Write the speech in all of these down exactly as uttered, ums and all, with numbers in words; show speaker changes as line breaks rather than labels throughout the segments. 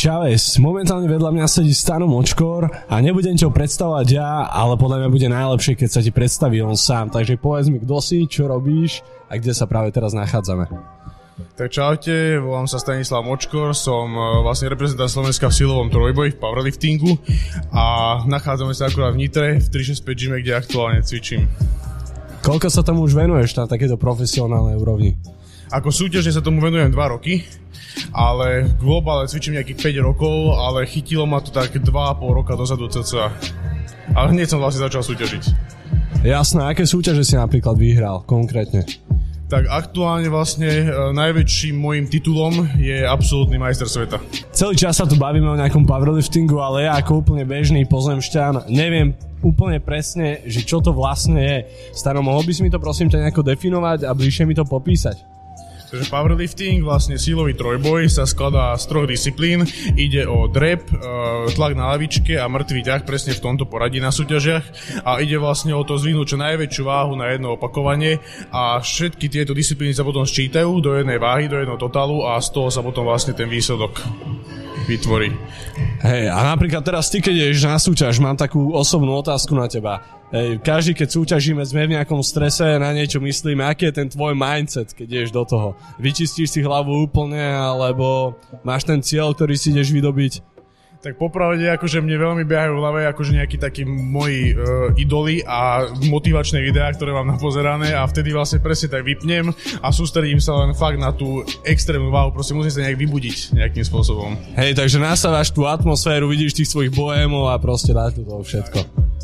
Čaves, momentálne vedľa mňa sedí Stano Močkor a nebudem ťa predstavovať ja, ale podľa mňa bude najlepšie, keď sa ti predstaví on sám. Takže povedz mi, kto si, čo robíš a kde sa práve teraz nachádzame.
Tak čaute, volám sa Stanislav Močkor, som vlastne reprezentant Slovenska v silovom trojboji, v powerliftingu a nachádzame sa akurát v Nitre, v tri šesť päť gyme, kde aktuálne cvičím.
Koľko sa tomu už venuješ na takéto profesionálnej úrovni?
Ako súťažne sa tomu venujem dva roky, ale v globále cvičím nejakých päť rokov, ale chytilo ma to tak dva a pol roka dozadu cca. Ale hneď som vlastne začal súťažiť.
Jasné, aké súťaže si napríklad vyhral konkrétne?
Tak aktuálne vlastne e, najväčším môjim titulom je absolútny majster sveta.
Celý čas sa tu bavíme o nejakom powerliftingu, ale ja ako úplne bežný pozemšťan neviem úplne presne, že čo to vlastne je. Stano, mohol by si mi to prosím ťa nejako definovať a bližšie mi to popísať?
Takže powerlifting, vlastne silový trojboj, sa skladá z troch disciplín. Ide o drep, tlak na lavičke a mŕtvý ťah, presne v tomto poradí na súťažiach. A ide vlastne o to zvinúť čo najväčšiu váhu na jedno opakovanie a všetky tieto disciplíny sa potom sčítajú do jednej váhy, do jedného totálu a z toho sa potom vlastne ten výsledok vytvorí.
Hej, a napríklad teraz ty, keď ideš na súťaž, mám takú osobnú otázku na teba. Hej, každý, keď súťažíme, sme v nejakom strese, na niečo myslíme, aký je ten tvoj mindset, keď ideš do toho? Vyčistíš si hlavu úplne, alebo máš ten cieľ, ktorý si ideš vydobiť?
Tak popravde, akože mne veľmi behajú v hlave akože nejakí takí moji uh, idoly a motivačné videá, ktoré mám napozerané a vtedy vlastne presne tak vypnem a sústredím sa len fakt na tú extrémnu váhu, proste musím sa nejak vybudiť nejakým spôsobom.
Hej, takže nasávaš tú atmosféru, vidíš tých svojich bohémov a proste dáš do toho všetko.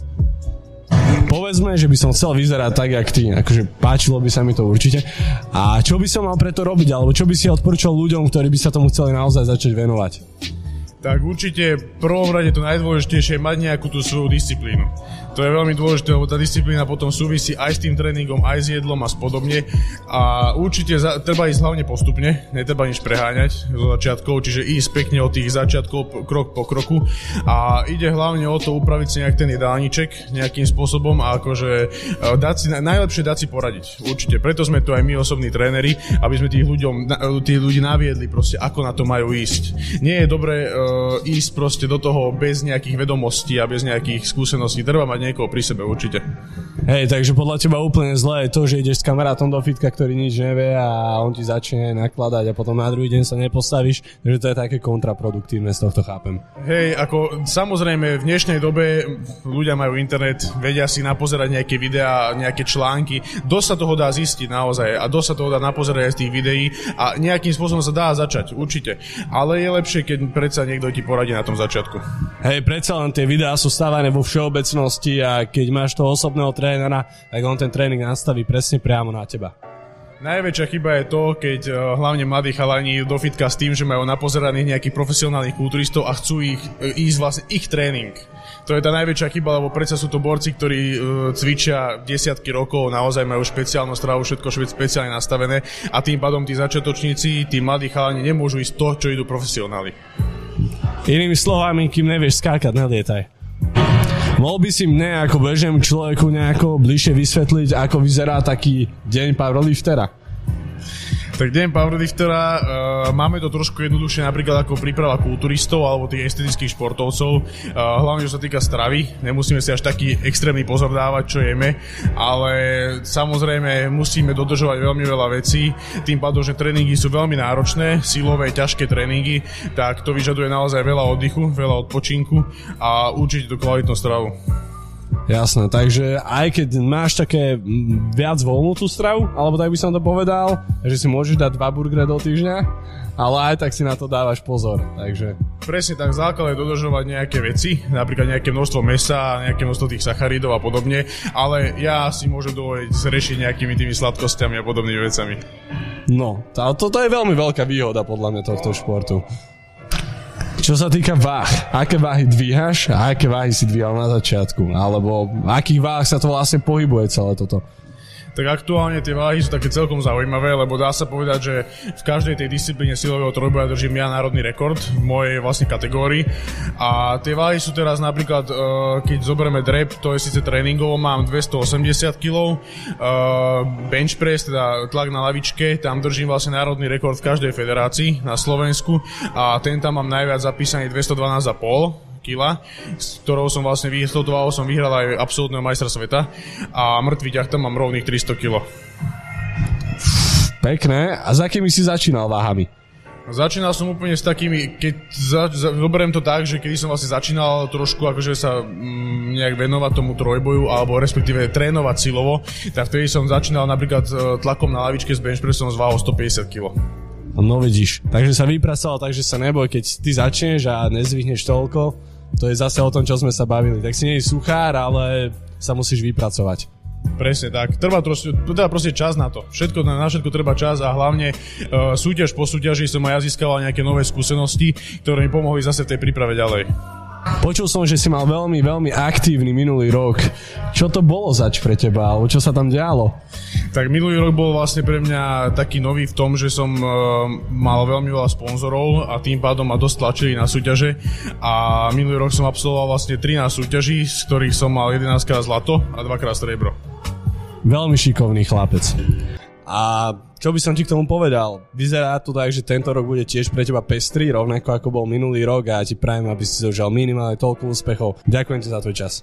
Povedzme, že by som chcel vyzerať tak, jak ty, akože páčilo by sa mi to určite. A čo by som mal preto robiť, alebo čo by si odporúčal ľuďom, ktorí by sa tomu chceli naozaj začať venovať?
Tak určite v prvom rade to najdôležitejšie je mať nejakú tú svoju disciplínu. To je veľmi dôležité, lebo tá disciplína potom súvisí aj s tým tréningom, aj s jedlom a spodobne. A určite za, treba ísť hlavne postupne, netreba nič preháňať zo začiatkov, čiže ísť pekne od tých začiatkov krok po kroku. A ide hlavne o to upraviť si nejak ten jedálniček nejakým spôsobom a akože dať si, najlepšie dať si poradiť. Určite, preto sme tu aj my osobní tréneri, aby sme tých, ľuďom, tých ľudí naviedli proste, ako na to majú ísť. Nie je dobré uh, ísť proste do toho bez nejakých vedomostí a bez nejakých skúseností. Treba mať niekoho pri sebe určite.
Hej, takže podľa teba úplne zlé je to, že ideš s kamarátom do fitka, ktorý nič nevie a on ti začne nakladať a potom na druhý deň sa nepostavíš, takže to je také kontraproduktívne, z tohto chápem.
Hej, ako samozrejme v dnešnej dobe ľudia majú internet, vedia si napozerať nejaké videá, nejaké články, dosť sa toho dá zistiť naozaj a dosť sa toho dá napozerať aj z tých videí a nejakým spôsobom sa dá začať, určite. Ale je lepšie, keď predsa niekto ti poradí na tom začiatku.
Hej, predsa len tie videá sú stávané vo všeobecnosti a keď máš toho osobného trénera, tak on ten tréning nastaví presne priamo na teba.
Najväčšia chyba je to, keď uh, hlavne mladí chalani do fitka s tým, že majú napozeraných nejakých profesionálnych kulturistov a chcú ich, uh, ísť vlastne ich tréning. To je tá najväčšia chyba, lebo predsa sú to borci, ktorí uh, cvičia desiatky rokov, naozaj majú špeciálnu stravu, všetko špeciálne nastavené a tým pádom tí začiatočníci, tí mladí chalani nemôžu ísť to, čo idú profesionáli.
Inými slovami, kým nevieš skákať, nelietaj. Mohol by si mne ako bežnému človeku nejako bližšie vysvetliť, ako vyzerá taký deň powerliftera? Tak deň powerliftera, uh, máme to trošku jednoduchšie napríklad ako príprava kulturistov alebo tých estetických športovcov, uh, hlavne čo sa týka stravy, nemusíme si až taký extrémny pozor dávať, čo jeme, ale samozrejme musíme dodržovať veľmi veľa vecí, tým pádom, že tréningy sú veľmi náročné, silové, ťažké tréningy, tak to vyžaduje naozaj veľa oddychu, veľa odpočinku a určite tú kvalitnú stravu. Jasné, takže aj keď máš také viac voľnú tú stravu, alebo tak by som to povedal, že si môžeš dať dva burgery do týždňa, ale aj tak si na to dávaš pozor, takže...
Presne tak, základ je dodržovať nejaké veci, napríklad nejaké množstvo mäsa, nejaké množstvo tých sacharidov a podobne, ale ja si môžem dovoliť riešiť nejakými tými sladkosťami a podobnými vecami.
No, to, toto je veľmi veľká výhoda podľa mňa tohto športu. Čo sa týka váh, aké váhy dvíhaš a aké váhy si dvíhal na začiatku? Alebo v akých váhach sa to vlastne pohybuje celé toto?
Tak Tak aktuálne tie váhy sú také celkom zaujímavé, lebo dá sa povedať, že v každej tej disciplíne silového trojboja držím ja národný rekord v mojej vlastne kategórii. A tie váhy sú teraz napríklad, keď zoberieme drep, to je síce tréningovo, mám dvestoosemdesiat kilogramov, bench press, teda tlak na lavičke, tam držím vlastne národný rekord v každej federácii na Slovensku a ten tam mám najviac zapísaný dvestodvanásť celá päť kila, s ktorou som vlastne s touto váhou som vyhral aj absolútneho majstra sveta a mŕtvý ťah tam mám rovných tristo kilogramov.
Pekné. A za akými si začínal váhami?
Začínal som úplne s takými, keď za, za, zoberiem to tak, že keď som vlastne začínal trošku akože sa mm, nejak venovať tomu trojboju alebo respektíve trénovať silovo, tak vtedy som začínal napríklad tlakom na lavičke s benchpressom s váhou stopäťdesiat kilogramov.
No vidíš, takže sa vypracoval, takže sa neboj, keď ty začneš a nezvihneš toľko, to je zase o tom, čo sme sa bavili. Tak si nie je suchár, ale sa musíš vypracovať.
Presne tak, treba proste, treba proste čas na to. Všetko, na všetko treba čas a hlavne uh, súťaž po súťaži som aj ja získal nejaké nové skúsenosti, ktoré mi pomohli zase v tej príprave ďalej.
Počul som, že si mal veľmi, veľmi aktívny minulý rok. Čo to bolo zač pre teba, alebo čo sa tam dialo?
Tak minulý rok bol vlastne pre mňa taký nový v tom, že som uh, mal veľmi veľa sponzorov a tým pádom ma dosť tlačili na súťaže a minulý rok som absolvoval vlastne trinásť súťaží, z ktorých som mal jedenásťkrát zlato a dvakrát striebro. Veľmi
šikovný chlapec. A čo by som ti k tomu povedal? Vyzerá to tak, že tento rok bude tiež pre teba pestrý, rovnako ako bol minulý rok a ja ti prajem, aby si zažal minimálne toľko úspechov. Ďakujem ti za tvoj čas.